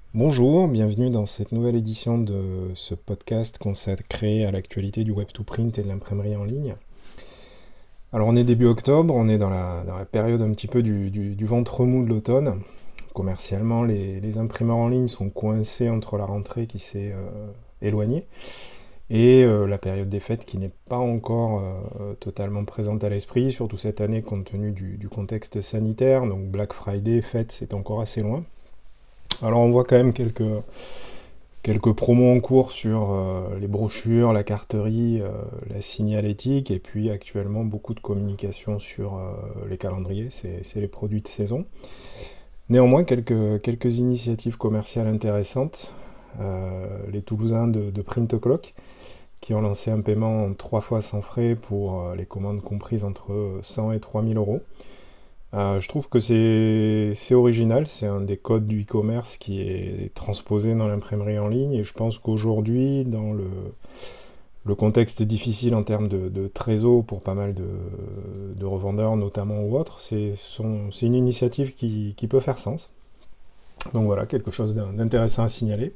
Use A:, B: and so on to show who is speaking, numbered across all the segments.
A: Bonjour, bienvenue dans cette nouvelle édition de ce podcast consacré à l'actualité du web2print et de l'imprimerie en ligne. Alors on est début octobre, on est dans la période un petit peu du ventre mou de l'automne. Commercialement, les imprimeurs en ligne sont coincés entre la rentrée qui s'est éloignée et la période des fêtes qui n'est pas encore totalement présente à l'esprit, surtout cette année compte tenu du contexte sanitaire. Donc Black Friday, fêtes, c'est encore assez loin. Alors on voit quand même quelques promos en cours sur les brochures, la carterie, la signalétique, et puis actuellement beaucoup de communication sur les calendriers, c'est les produits de saison. Néanmoins, quelques initiatives commerciales intéressantes. Les Toulousains de Print O'Clock, qui ont lancé un paiement en 3 fois sans frais pour les commandes comprises entre 100 et 3000 euros. Je trouve que c'est original, c'est un des codes du e-commerce qui est transposé dans l'imprimerie en ligne, et je pense qu'aujourd'hui, dans le contexte difficile en termes de trésor pour pas mal de revendeurs notamment ou autres, c'est une initiative qui peut faire sens. Donc voilà, quelque chose d'intéressant à signaler.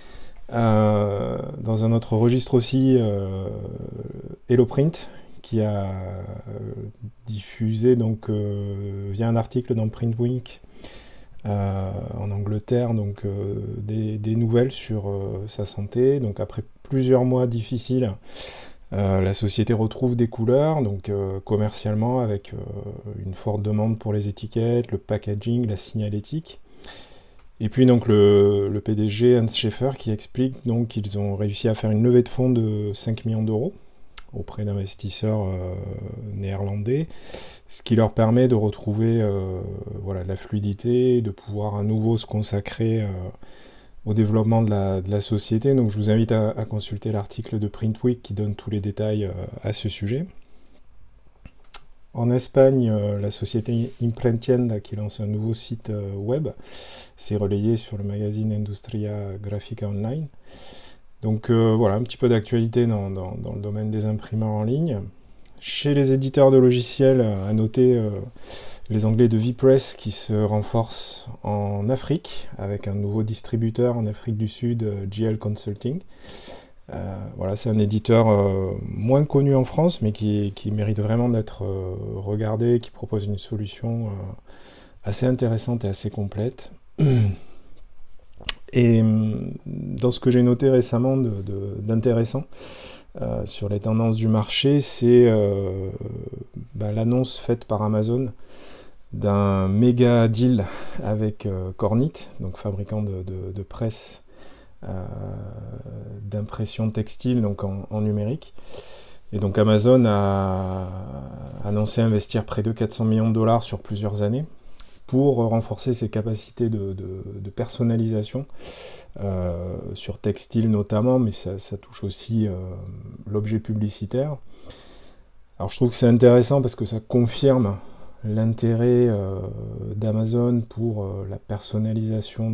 A: Dans un autre registre aussi, HelloPrint, qui a diffusé donc via un article dans Print Week en Angleterre, donc des nouvelles sur sa santé. Donc après plusieurs mois difficiles, la société retrouve des couleurs, donc commercialement avec une forte demande pour les étiquettes, le packaging, la signalétique. Et puis donc le PDG Hans Schäfer qui explique donc qu'ils ont réussi à faire une levée de fonds de 5 millions d'euros auprès d'investisseurs néerlandais, ce qui leur permet de retrouver voilà, de la fluidité, de pouvoir à nouveau se consacrer au développement de la société. Donc je vous invite à consulter l'article de Print Week qui donne tous les détails à ce sujet. En Espagne, la société Imprentienda qui lance un nouveau site web, s'est relayé sur le magazine Industria Grafica Online. Donc voilà, un petit peu d'actualité dans le domaine des imprimeurs en ligne. Chez les éditeurs de logiciels, à noter les Anglais de VPress qui se renforcent en Afrique, avec un nouveau distributeur en Afrique du Sud, GL Consulting. Voilà, c'est un éditeur moins connu en France, mais qui mérite vraiment d'être regardé, qui propose une solution assez intéressante et assez complète. Et dans ce que j'ai noté récemment d'intéressant sur les tendances du marché, c'est l'annonce faite par Amazon d'un méga deal avec Kornit, donc fabricant de presse d'impression textile, donc en numérique. Et donc Amazon a annoncé investir près de 400 millions de dollars sur plusieurs années pour renforcer ses capacités de personnalisation sur textile notamment, mais ça touche aussi l'objet publicitaire. Alors je trouve que c'est intéressant parce que ça confirme l'intérêt d'Amazon pour la personnalisation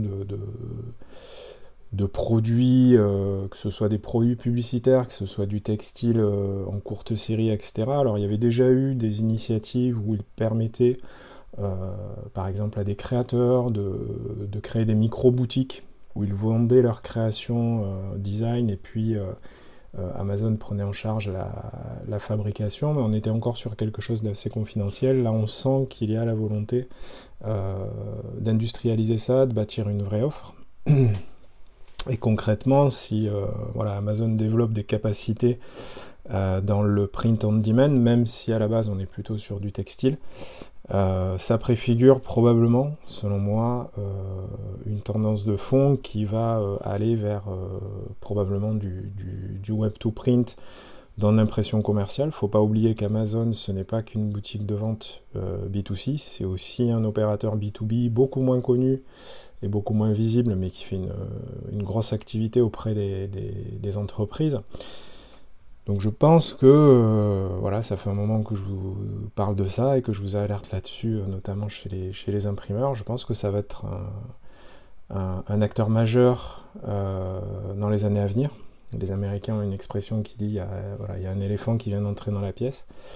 A: de produits, que ce soit des produits publicitaires, que ce soit du textile en courte série, etc. Alors il y avait déjà eu des initiatives où ils permettaient par exemple à des créateurs de créer des micro-boutiques où ils vendaient leurs créations design, et puis Amazon prenait en charge la fabrication, mais on était encore sur quelque chose d'assez confidentiel. Là on sent qu'il y a la volonté d'industrialiser ça, de bâtir une vraie offre. Et concrètement, si voilà, Amazon développe des capacités dans le print on demand, même si à la base on est plutôt sur du textile, ça préfigure probablement, selon moi, une tendance de fond qui va aller vers probablement du web-to-print dans l'impression commerciale. Il ne faut pas oublier qu'Amazon, ce n'est pas qu'une boutique de vente B2C, c'est aussi un opérateur B2B beaucoup moins connu et beaucoup moins visible, mais qui fait une grosse activité auprès des entreprises. Donc je pense que voilà, ça fait un moment que je vous parle de ça et que je vous alerte là-dessus, notamment chez les imprimeurs. Je pense que ça va être un acteur majeur dans les années à venir. Les Américains ont une expression qui dit voilà, il y a un éléphant qui vient d'entrer dans la pièce.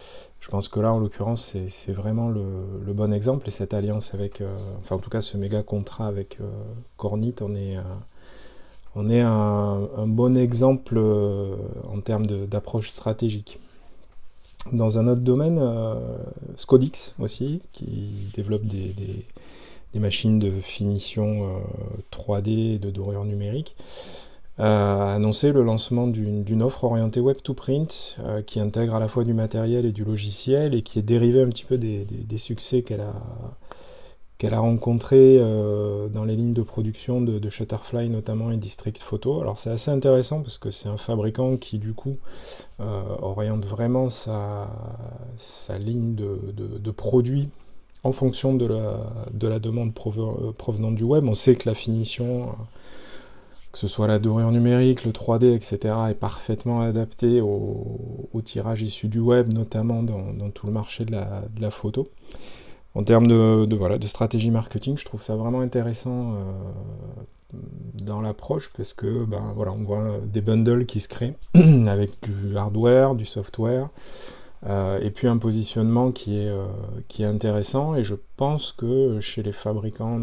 A: Je pense que là, en l'occurrence, c'est vraiment le bon exemple. Et cette alliance avec, en tout cas, ce méga contrat avec Kornit, on est un bon exemple en termes d'approche stratégique. Dans un autre domaine, Scodix aussi, qui développe des machines de finition 3D et de dorure numérique, a annoncé le lancement d'une offre orientée Web to Print qui intègre à la fois du matériel et du logiciel et qui est dérivée un petit peu des succès qu'elle a rencontrés dans les lignes de production de Shutterfly notamment et District Photo. Alors c'est assez intéressant parce que c'est un fabricant qui du coup oriente vraiment sa ligne de produits en fonction de la demande provenant du web. On sait que la finition, que ce soit la dorure numérique, le 3D, etc., est parfaitement adaptée au tirage issu du web, notamment dans tout le marché de la photo. En termes de stratégie marketing, je trouve ça vraiment intéressant dans l'approche parce que on voit des bundles qui se créent avec du hardware, du software, et puis un positionnement qui est intéressant. Et je pense que chez les fabricants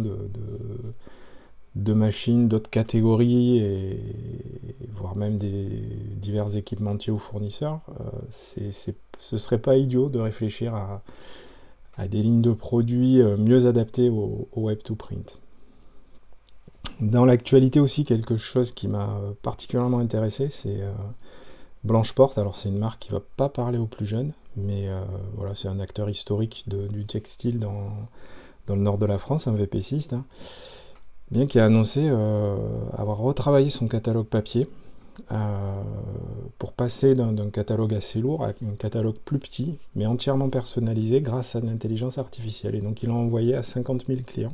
A: de machines d'autres catégories et voire même des divers équipementiers ou fournisseurs, ce serait pas idiot de réfléchir à des lignes de produits mieux adaptées au Web to Print. Dans l'actualité aussi, quelque chose qui m'a particulièrement intéressé, c'est Blanche-Porte. Alors c'est une marque qui ne va pas parler aux plus jeunes, mais c'est un acteur historique du textile dans le nord de la France, un VPCiste, bien qui a annoncé avoir retravaillé son catalogue papier pour passer d'un catalogue assez lourd à un catalogue plus petit, mais entièrement personnalisé grâce à l'intelligence artificielle. Et donc il l'a envoyé à 50 000 clients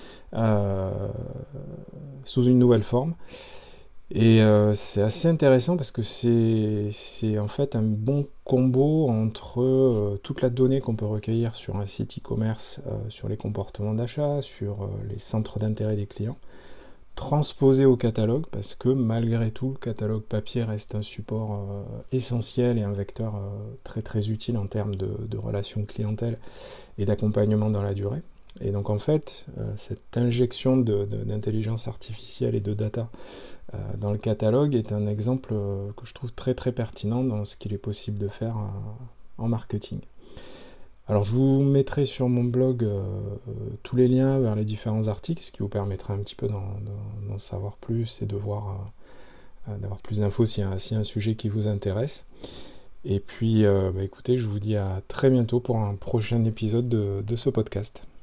A: sous une nouvelle forme. Et c'est assez intéressant parce que c'est en fait un bon combo entre toute la donnée qu'on peut recueillir sur un site e-commerce, sur les comportements d'achat, sur les centres d'intérêt des clients, transposé au catalogue, parce que malgré tout, le catalogue papier reste un support essentiel et un vecteur très très utile en termes de relations clientèle et d'accompagnement dans la durée. Et donc en fait, cette injection d'intelligence artificielle et de data dans le catalogue est un exemple que je trouve très très pertinent dans ce qu'il est possible de faire en marketing. Alors je vous mettrai sur mon blog tous les liens vers les différents articles, ce qui vous permettra un petit peu d'en savoir plus et de voir, d'avoir plus d'infos s'il y a un sujet qui vous intéresse. Et puis écoutez, je vous dis à très bientôt pour un prochain épisode de ce podcast.